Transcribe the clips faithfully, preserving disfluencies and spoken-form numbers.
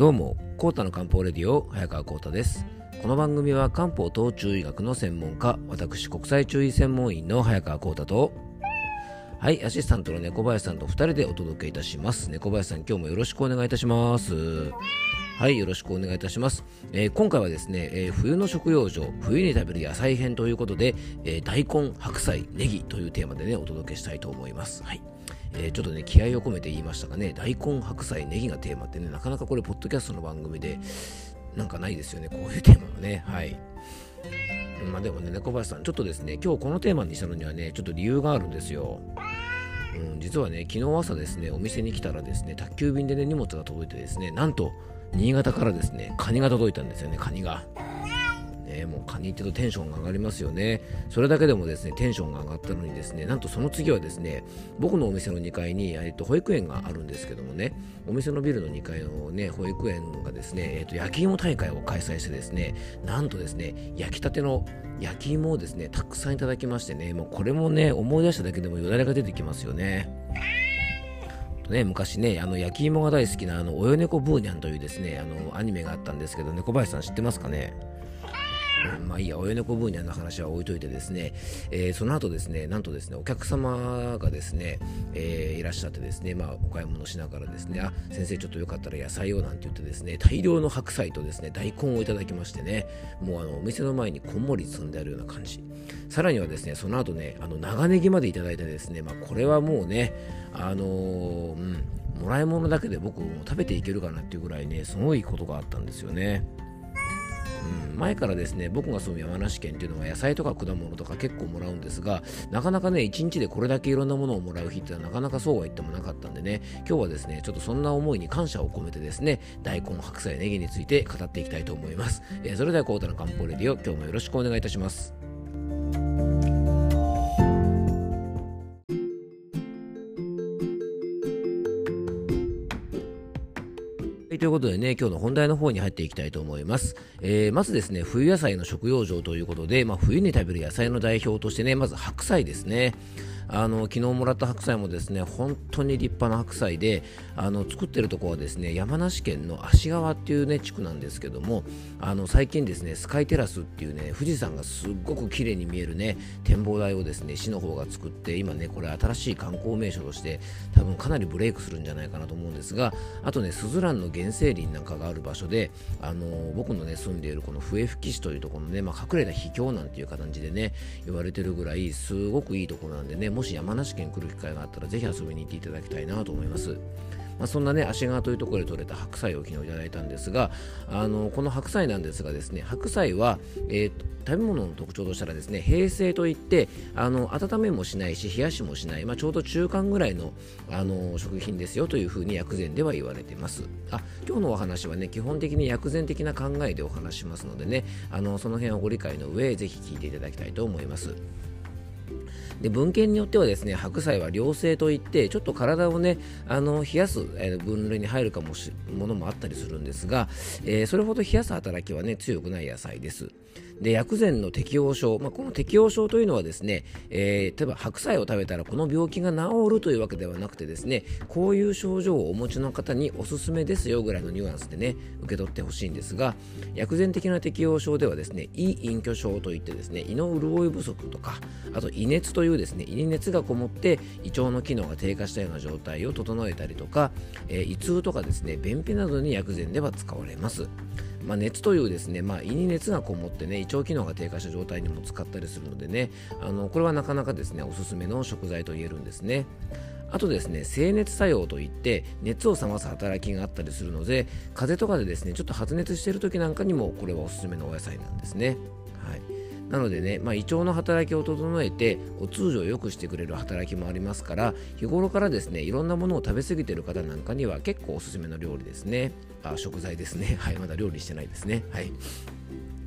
どうも、コータの漢方レディオ早川コータです。この番組は漢方と中医学の専門家、私国際中医専門医の早川コータと、はいアシスタントの猫林さんとふたりでお届けいたします。猫林さん、今日もよろしくお願いいたします。はい、よろしくお願いいたします。えー、今回はですね、えー、冬の食用場、冬に食べる野菜編ということで、えー、大根、白菜、ネギというテーマでねお届けしたいと思います。はい。えー、ちょっとね気合を込めて言いましたがね、大根、白菜、ネギがテーマってね、なかなかこれポッドキャストの番組でなんかないですよね、こういうテーマがね。はい。まあでもね、猫林さん、ちょっとですね、今日このテーマにしたのにはね、ちょっと理由があるんですよ。うん、実はね、昨日朝ですね、お店に来たらですね、宅急便でね、荷物が届いてですね、なんと新潟からですね、カニが届いたんですよね、カニが。ね、もうカニって言うとテンションが上がりますよね。それだけでもですね、テンションが上がったのにですね、なんとその次はですね、僕のお店のにかいに、えっと、保育園があるんですけどもね、お店のビルのにかいのね、保育園がですね、えっと、焼き芋大会を開催してですね、なんとですね、焼きたての焼き芋をですね、たくさんいただきましてね、もうこれもね、思い出しただけでもよだれが出てきますよね。ね、昔ね、あの焼き芋が大好きなあのおよねこブーニャンというですね、あのアニメがあったんですけど、猫林さん知ってますかね。うん、まあいいや、およねこブーニャンの話は置いといてですね、えー、その後ですね、なんとですね、お客様がですね、えー、いらっしゃってですね、まあお買い物しながらですね、あ、先生ちょっとよかったら野菜をなんて言ってですね、大量の白菜とですね、大根をいただきましてね、もうあのお店の前にこんもり積んであるような感じ。さらにはですね、その後ね、あの長ネギまでいただいてですね、まあこれはもうね、あのー、うん、もらい物だけで僕も食べていけるかなっていうぐらいね、すごいことがあったんですよね。うん、前からですね、僕が住む山梨県っていうのは野菜とか果物とか結構もらうんですが、なかなかねいちにちでこれだけいろんなものをもらう日ってのはなかなかそうは言ってもなかったんでね、今日はですねちょっとそんな思いに感謝を込めてですね、大根、白菜、ネギについて語っていきたいと思います。えー、それではコータの漢方レディオ、今日もよろしくお願いいたします。ということでね、今日の本題の方に入っていきたいと思います。えー、まずですね、冬野菜の食用場ということで、まあ、冬に食べる野菜の代表としてね、まず白菜ですね。あの昨日もらった白菜もですね、本当に立派な白菜で、あの作ってるところはですね、山梨県の芦川っていうね地区なんですけども、あの最近ですね、スカイテラスっていうね、富士山がすっごく綺麗に見えるね展望台をですね、市の方が作って、今ねこれ新しい観光名所として多分かなりブレイクするんじゃないかなと思うんですが、あとねスズランの原生林なんかがある場所で、あの僕のね住んでいるこの笛吹市というところのね、まあ、隠れた秘境なんていう形でね言われてるぐらいすごくいいところなんでね、もし山梨県来る機会があったらぜひ遊びに行っていただきたいなと思います。まあ、そんなね芦川というところで採れた白菜を昨日いただいたんですが、あのこの白菜なんですがですね、白菜は、えー、食べ物の特徴としたらですね、平成といってあの温めもしないし冷やしもしない、まあ、ちょうど中間ぐらいの、あの食品ですよというふうに薬膳では言われています。あ、今日のお話はね基本的に薬膳的な考えでお話しますのでね、あのその辺をご理解の上ぜひ聞いていただきたいと思います。で文献によってはですね、白菜は涼性といってちょっと体をねあの冷やす、えー、分類に入るかもしものもあったりするんですが、えー、それほど冷やす働きはね強くない野菜です。で薬膳の適応症、まあ、この適応症というのはですね、えー、例えば白菜を食べたらこの病気が治るというわけではなくてですね、こういう症状をお持ちの方におすすめですよぐらいのニュアンスでね受け取ってほしいんですが、薬膳的な適応症ではですね、胃隠居症といってですね、胃の潤い不足とか、あと胃熱というですね、胃に熱がこもって胃腸の機能が低下したような状態を整えたりとか、えー、胃痛とかですね、便秘などに薬膳では使われます。まあ、熱というですね、まあ、胃に熱がこもってね胃腸機能が低下した状態にも使ったりするのでね、あのこれはなかなかですねおすすめの食材と言えるんですね。あとですね、静熱作用といって熱を冷ます働きがあったりするので、風邪とかでですねちょっと発熱している時なんかにもこれはおすすめのお野菜なんですね。はい。なのでね、まあ、胃腸の働きを整えてお通じを良くしてくれる働きもありますから、日頃からですねいろんなものを食べ過ぎている方なんかには結構おすすめの料理ですね。あ、食材ですね。はい、まだ料理してないですね。はい。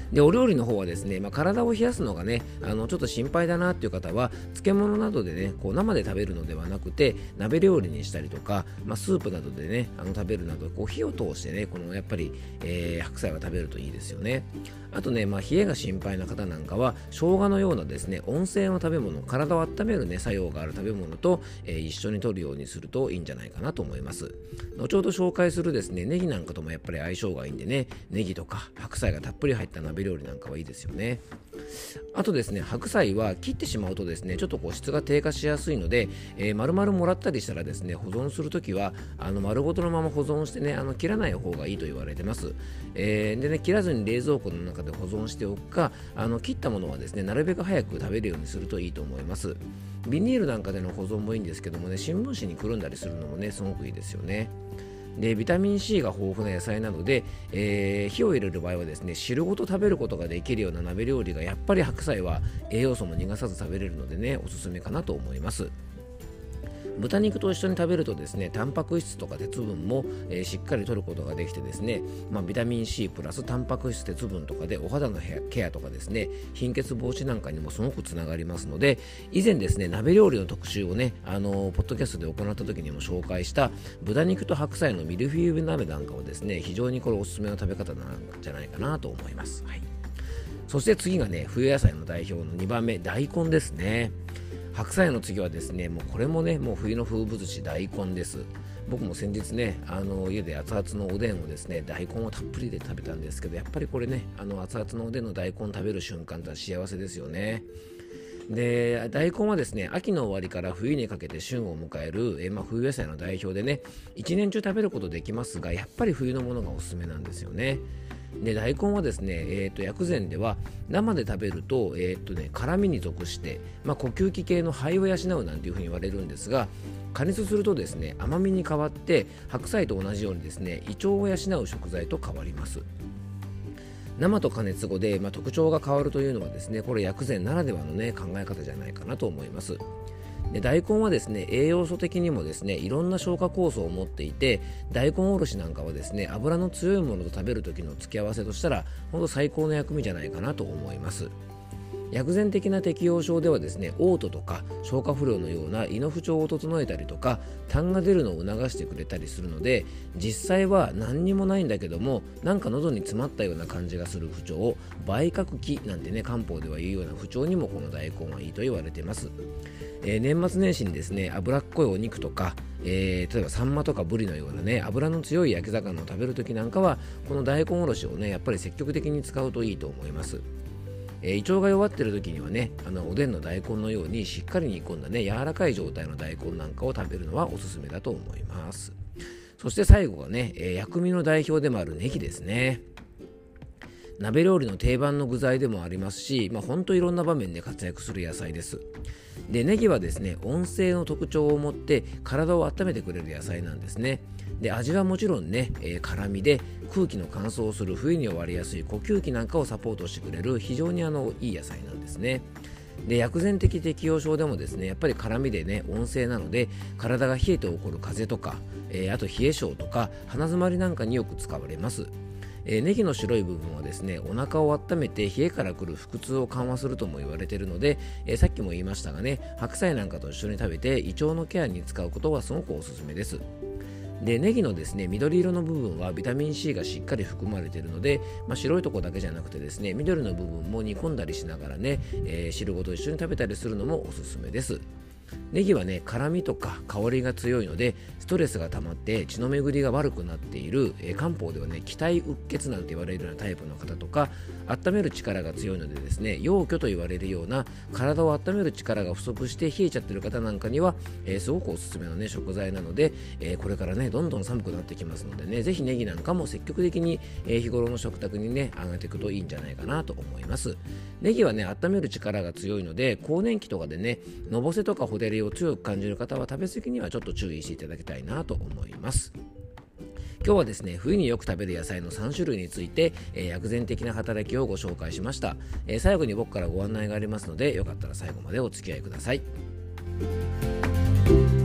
でお料理の方はですね、まあ、体を冷やすのがねあのちょっと心配だなっていう方は漬物などでねこう生で食べるのではなくて鍋料理にしたりとか、まあ、スープなどでねあの食べるなどこう火を通してねこのやっぱり、えー、白菜は食べるといいですよね。あとね、まあ、冷えが心配な方なんかは生姜のようなですね温泉の食べ物、体を温めるね作用がある食べ物と、えー、一緒に摂るようにするといいんじゃないかなと思います。後ほど紹介するですねネギなんかともやっぱり相性がいいんでね、ネギとか白菜がたっぷり入った鍋料理なんかはいいですよね。あとですね白菜は切ってしまうとですねちょっとこう質が低下しやすいので、えー、丸々もらったりしたらですね保存するときはあの丸ごとのまま保存してねあの切らない方がいいと言われてます。えー、でね切らずに冷蔵庫の中で保存しておくか、あの切ったものはですねなるべく早く食べるようにするといいと思います。ビニールなんかでの保存もいいんですけどもね、新聞紙にくるんだりするのもねすごくいいですよね。でビタミン C が豊富な野菜なので、えー、火を入れる場合はですね汁ごと食べることができるような鍋料理がやっぱり白菜は栄養素も逃がさず食べれるのでねおすすめかなと思います。豚肉と一緒に食べるとですねタンパク質とか鉄分も、えー、しっかり摂ることができてですね、まあ、ビタミン C プラスタンパク質鉄分とかでお肌のケアとかですね貧血防止なんかにもすごくつながりますので、以前ですね鍋料理の特集をねあのー、ポッドキャストで行った時にも紹介した豚肉と白菜のミルフィーユ鍋なんかはですね非常にこれおすすめの食べ方なんじゃないかなと思います。はい、そして次がね冬野菜の代表のにばんめ、大根ですね。白菜の次はですねもうこれもねもう冬の風物詩大根です。僕も先日ねあの家で熱々のおでんをですね大根をたっぷりで食べたんですけど、やっぱりこれねあの熱々のおでんの大根食べる瞬間って幸せですよね。で大根はですね秋の終わりから冬にかけて旬を迎える、えーまあ、冬野菜の代表でね一年中食べることできますが、やっぱり冬のものがおすすめなんですよね。で大根はですね、えー、と薬膳では生で食べると,、えーとね、辛みに属して、まあ、呼吸器系の肺を養うなんていうふうに言われるんですが、加熱するとですね甘みに変わって白菜と同じようにですね胃腸を養う食材と変わります。生と加熱後で、まあ、特徴が変わるというのはですねこれ薬膳ならではの、ね、考え方じゃないかなと思います。で大根はですね栄養素的にもですねいろんな消化酵素を持っていて、大根おろしなんかはですね油の強いものと食べる時の付け合わせとしたら本当最高の薬味じゃないかなと思います。薬膳的な適応症ではですね嘔吐とか消化不良のような胃の不調を整えたりとか痰が出るのを促してくれたりするので、実際は何にもないんだけどもなんか喉に詰まったような感じがする不調を梅核気なんてね漢方では言うような不調にもこの大根はいいと言われています。えー、年末年始にですね脂っこいお肉とか、えー、例えばサンマとかブリのようなね脂の強い焼き魚を食べるときなんかはこの大根おろしをねやっぱり積極的に使うといいと思います。えー、胃腸が弱っている時にはねあのおでんの大根のようにしっかり煮込んだね柔らかい状態の大根なんかを食べるのはおすすめだと思います。そして最後がね、えー、薬味の代表でもあるネギですね。鍋料理の定番の具材でもありますし、まあ、ほんといろんな場面で活躍する野菜です。でネギはですね温性の特徴を持って体を温めてくれる野菜なんですね。で味はもちろんね、えー、辛みで空気の乾燥する冬に終わりやすい呼吸器なんかをサポートしてくれる非常にあのいい野菜なんですね。で薬膳的適応症でもですねやっぱり辛みでね温性なので体が冷えて起こる風邪とか、えー、あと冷え性とか鼻づまりなんかによく使われます。えー、ネギの白い部分はですねお腹を温めて冷えから来る腹痛を緩和するとも言われているので、えー、さっきも言いましたがね白菜なんかと一緒に食べて胃腸のケアに使うことはすごくおすすめです。でネギのですね緑色の部分はビタミン C がしっかり含まれているので、まあ、白いところだけじゃなくてですね緑の部分も煮込んだりしながらね、えー、汁ごと一緒に食べたりするのもおすすめです。ネギはね辛みとか香りが強いのでストレスが溜まって血の巡りが悪くなっている、えー、漢方ではね気体うっ血なんて言われるようなタイプの方とか、温める力が強いのでですね陽虚と言われるような体を温める力が不足して冷えちゃってる方なんかには、えー、すごくおすすめのね食材なので、えー、これからねどんどん寒くなってきますのでねぜひネギなんかも積極的に、えー、日頃の食卓にね上げていくといいんじゃないかなと思います。ネギはね温める力が強いので更年期とかでねのぼせとかほてりを強く感じる方は食べ過ぎにはちょっと注意していただきたいなと思います。今日はですね冬によく食べる野菜のさん種類について、えー、薬膳的な働きをご紹介しました。えー、最後に僕からご案内がありますのでよかったら最後までお付き合いください。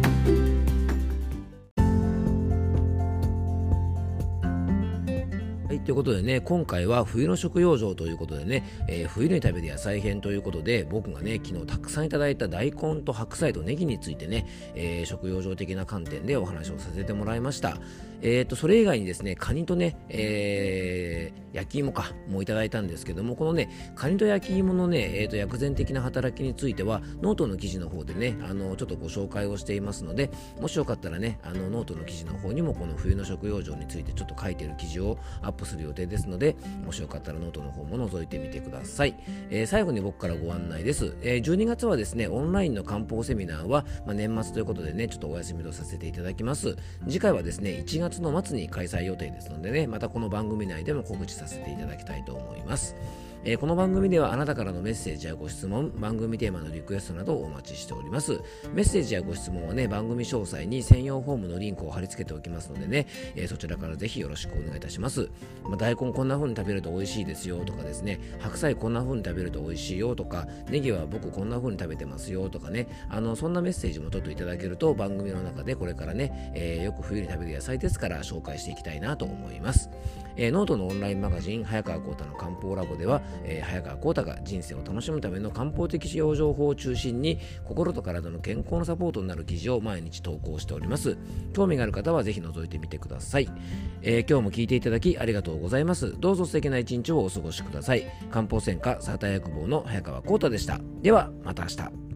はい、 、ということでね、今回は冬の食用場ということでね、えー、冬に食べる野菜編ということで、僕がね、昨日たくさんいただいた大根と白菜とネギについてね、えー、食用場的な観点でお話をさせてもらいました。えーと、それ以外にですね、カニとね、えー、焼き芋か、もいただいたんですけども、このね、カニと焼き芋のね、えーと、薬膳的な働きについては、ノートの記事の方でね、あの、ちょっとご紹介をしていますので、もしよかったらね、あの、ノートの記事の方にも、この冬の食用場についてちょっと書いている記事をアップする予定ですので、もしよかったらノートの方も覗いてみてください。えー、最後に僕からご案内です。えー、じゅうにがつはですね、オンラインの漢方セミナーは、まあ、年末ということでね、ちょっとお休みとさせていただきます。次回はですね、いちがつの末に開催予定ですのでね、またこの番組内でも告知させていただきたいと思います。えー、この番組ではあなたからのメッセージやご質問、番組テーマのリクエストなどをお待ちしております。メッセージやご質問はね、番組詳細に専用フォームのリンクを貼り付けておきますのでね、えー、そちらからぜひよろしくお願いいたします。まあ、大根こんな風に食べると美味しいですよとかですね、白菜こんな風に食べると美味しいよとか、ネギは僕こんな風に食べてますよとかね、あのそんなメッセージもちょっといただけると番組の中でこれからね、えー、よく冬に食べる野菜ですから紹介していきたいなと思います。えー、ノートのオンラインマガジン早川浩太の漢方ラボでは、えー、早川浩太が人生を楽しむための漢方的使用情報を中心に心と体の健康のサポートになる記事を毎日投稿しております。興味がある方はぜひ覗いてみてください。えー、今日も聞いていただきありがとうございます。どうぞ素敵な一日をお過ごしください。漢方専科サーター薬房の早川浩太でした。ではまた明日。